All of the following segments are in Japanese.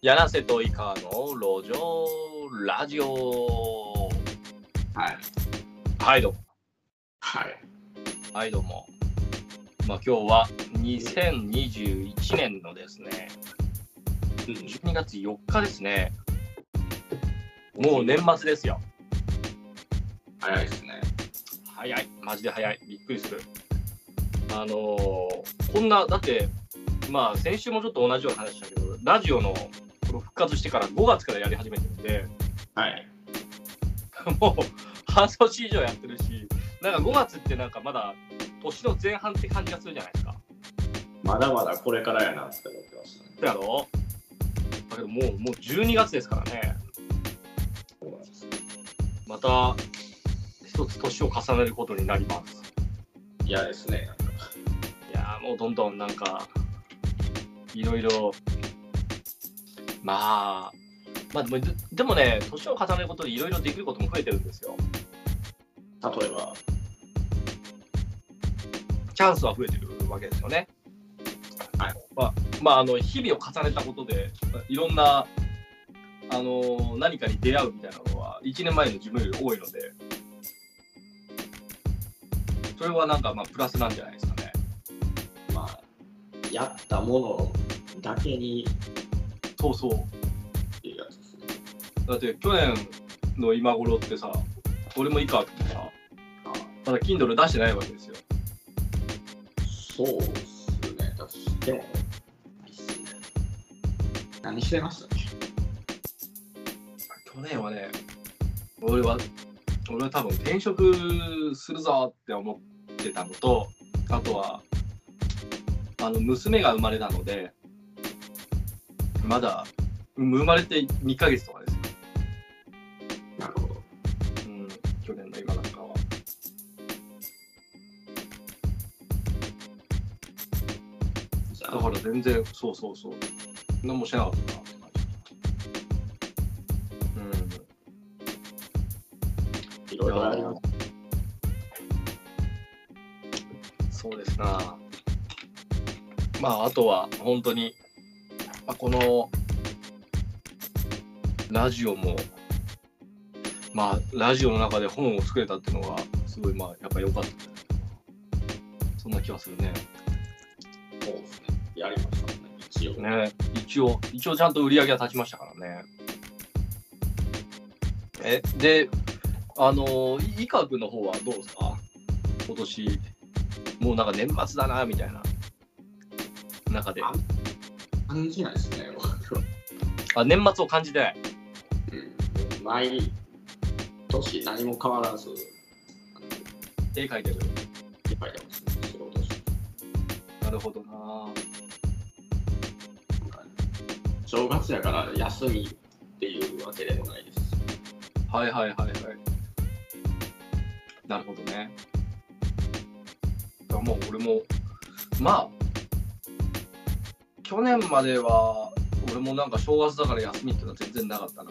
柳瀬とイカの路上ラジオ。 はい。 はい、どうも。 はい。 はい、どうも。今日は2021年のですね、12月4日ですね。もう年末ですよ。 早いですね。 早い。マジで早い。びっくりする。こんな、だって、先週もちょっと同じような話したけど、ラジオのこの復活してから5月からやり始めてるんで、 はい。 もう半年以上やってるし、なんか5月ってなんかまだ年の前半って感じがするじゃないですか。 まだまだこれからやなって思ってましたね。 だろ？だけどもう12月ですからね。 そうなんです。 また一つ年を重ねることになります。 嫌ですね。 いやもうどんどんなんかいろいろでもね、年を重ねることでいろいろできることも増えてるんですよ。 例えばチャンスは増えてるわけですよね。 はい。 日々を重ねたことでいろんな何かに出会うみたいなのは1年前の自分より多いので、それはなんかプラスなんじゃないですかね。 やったものだけにそういいやつですね。 だって去年の今頃ってさ、俺もいいかってさ、まだ Kindle 出してないわけですよ。 そうっすね。出してもいいっすね。何してましたね。 去年はね、俺は多分転職するぞって思ってたのと、あとは娘が生まれたので、まだ生まれて2ヶ月とかですよ。 なるほど。 去年の今なんかは。だから全然そう何もしなかったなって感じ。 いろいろあります。 そうですな。あとは本当に、このラジオもラジオの中で本を作れたっていうのはすごいやっぱ良かった。そんな気はするね。 そうですね。やりましたね。 一応ちゃんと売り上げが立ちましたからね。で、井川君の方はどうですか？今年もうなんか年末だなみたいな中で。 感じないですね。 年末を感じてない。 毎年何も変わらず絵描いてる。 絵描いてますね。仕事して。 なるほどな。 正月やから休みっていうわけでもないです。 はい。なるほどね。だからもう俺も去年までは俺もなんか正月だから休みってのは全然なかったな。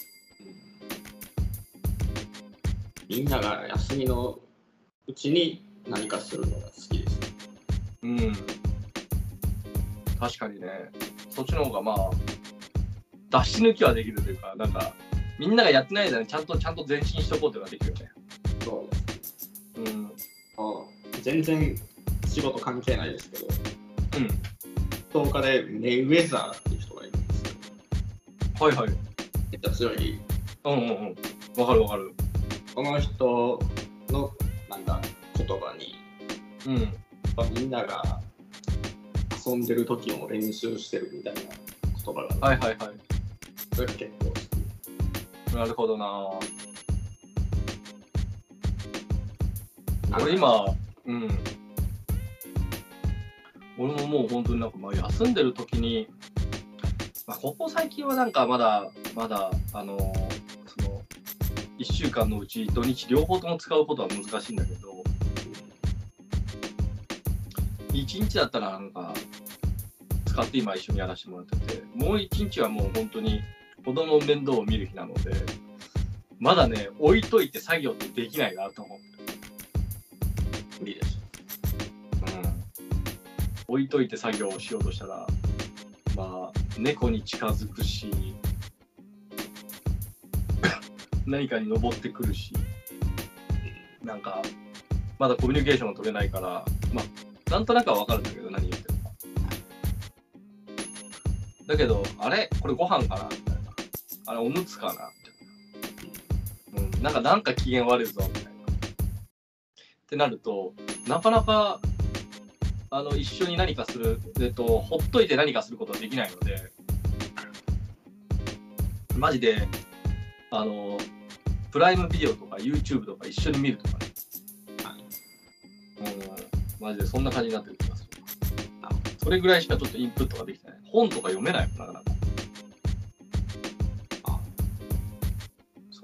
みんなが休みのうちに何かするのが好きです。 確かにね。そっちの方が出し抜きはできるというか、なんかみんながやってない間にちゃんと前進しとこうというのができるよね。 そうですね。全然仕事関係ないですけど、10日でメイウェザーっていう人がいるんですよ。 はい。 めっちゃ強い。 わかる。 この人のなんか言葉に、みんなが遊んでる時も練習してるみたいな言葉がある。 はい。 それが結構好き。 なるほどな。俺今、俺ももう本当になんか休んでる時に、ここ最近はなんかまだその1週間のうち土日両方とも使うことは難しいんだけど、1日だったらなんか使って今一緒にやらせてもらってて、もう1日はもう本当に子供の面倒を見る日なので、まだね置いといて作業ってできないなと思って。 無理です。 置いといて作業をしようとしたら猫に近づくし何かに登ってくるし、なんかまだコミュニケーションが取れないから、まあなんとなくは分かるんだけど何言ってるか。だけどあれこれご飯かなみたいな、あれおむつかなみたいな、なんか機嫌悪いぞみたいなってなると、なかなか一緒に何かする、ほっといて何かすることはできないので、マジでプライムビデオとか YouTube とか一緒に見るとかね、マジでそんな感じになってる気がする。それぐらいしかちょっとインプットができてない。本とか読めないもん、なかなか。そう、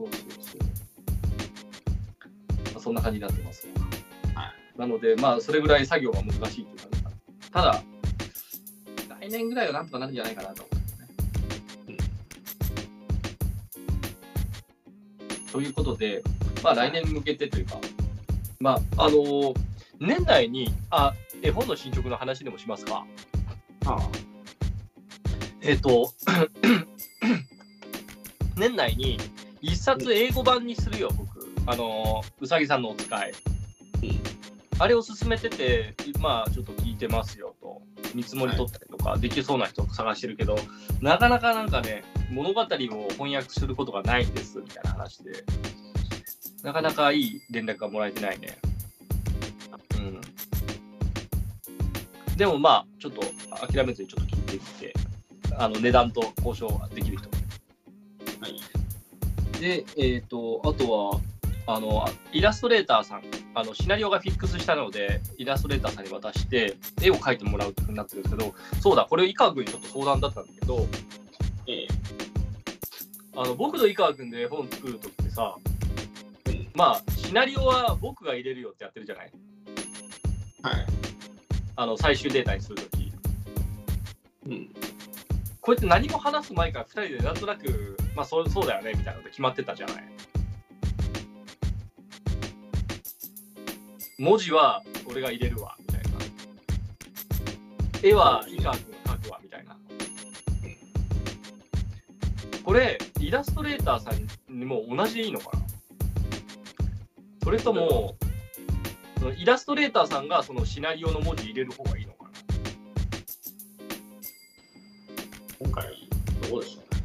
まあ、そんな感じになってます。なので、まあ、それぐらい作業が難しいっていう感じかな。ただ、来年ぐらいはなんとかなるんじゃないかなと思ってね。ということで、まあ、来年に向けてというか、まあ、年内に、絵本の進捗の話でもしますか。年内に一冊英語版にするよ、僕。うさぎさんのお使い。あれを進めてて、まあちょっと聞いてますよと。見積もり取ったりとか、できそうな人を探してるけど、なかなかなんかね、物語を翻訳することがないんですみたいな話で、なかなかいい連絡がもらえてないね。でもまあちょっと諦めずにちょっと聞いてみて、値段と交渉ができる人。はい。で、あとはイラストレーターさん、シナリオがフィックスしたのでイラストレーターさんに渡して絵を描いてもらうっていうふうになってるんですけど、そうだ、これ井川君にちょっと相談だったんだけど、僕と井川君で絵本作るときってさ、まあシナリオは僕が入れるよってやってるじゃない。はい。最終データにするとき、こうやって何も話す前から2人でなんとなく、まあそうだよねみたいなので決まってたじゃない。文字は俺が入れるわみたいな、絵は井川君が描くわみたいな。これイラストレーターさんにも同じでいいのかな。それともイラストレーターさんがそのシナリオの文字入れる方がいいのかな。 今回どうでしょうね。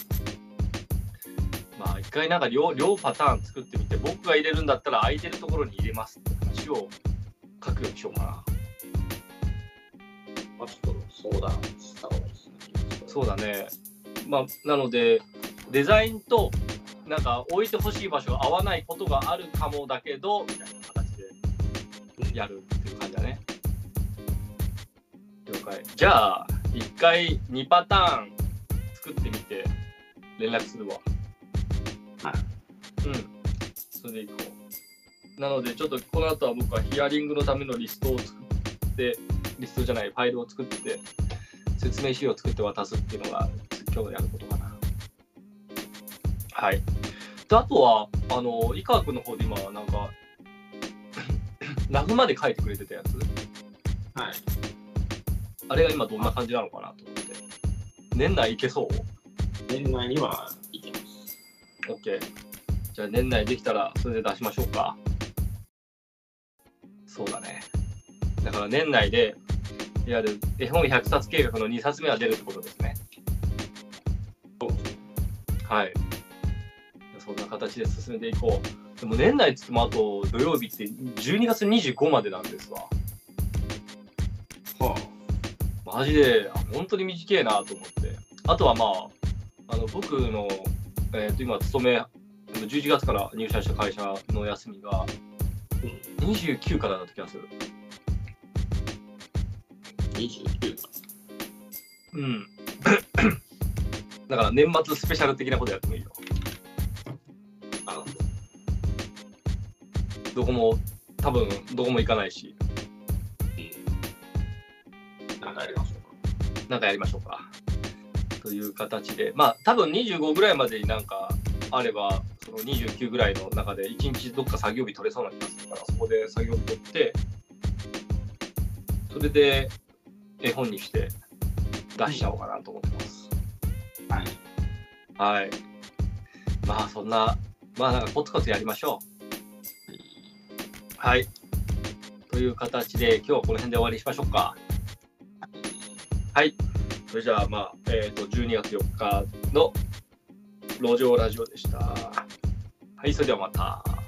まあ一回なんか両パターン作ってみて、僕が入れるんだったら空いてるところに入れますって話を書くようにしようかな。 まあちょっと相談した方がいいですね。 そうだね。まあなのでデザインとなんか置いてほしい場所が合わないことがあるかもだけどみたいな形でやるっていう感じだね。了解。じゃあ1回2パターン作ってみて連絡するわ。 はい。 それでいこう。なのでちょっとこの後は僕はヒアリングのためのリストを作って、リストじゃないファイルを作って説明資料を作って渡すっていうのが今日やることかな。はい。であとは井川君の方で今なんかラフまで書いてくれてたやつ。 はい。 あれが今どんな感じなのかなと思って。年内いけそう？ 年内にはいけます。 OK。じゃあ年内できたらそれで出しましょうか。そうだね。だから年内でいわゆる絵本100冊計画の2冊目は出るってことですね。はい。そんな形で進めていこう。でも年内つってもあと土曜日って12月25までなんですわ。マジで本当に短いなと思って。あとはまあ僕の、今勤め11月から入社した会社の休みが29からだった気がする。 29か。 だから年末スペシャル的なことやってもいいよ。どこも多分どこも行かないし。 なんかやりましょうか。 なんかやりましょうか。という形で、まあ多分25ぐらいまでになんかあれば、その29ぐらいの中で1日どっか作業日取れそうな気がするから、そこで作業日取って、それで絵本にして出しちゃおうかなと思ってます。 はい。 はい。まあそんな、まあなんかコツコツやりましょう。はい。という形で今日はこの辺で終わりにしましょうか。はい。それじゃあまあ、12月4日の路上ラジオでした。はい、それではまた。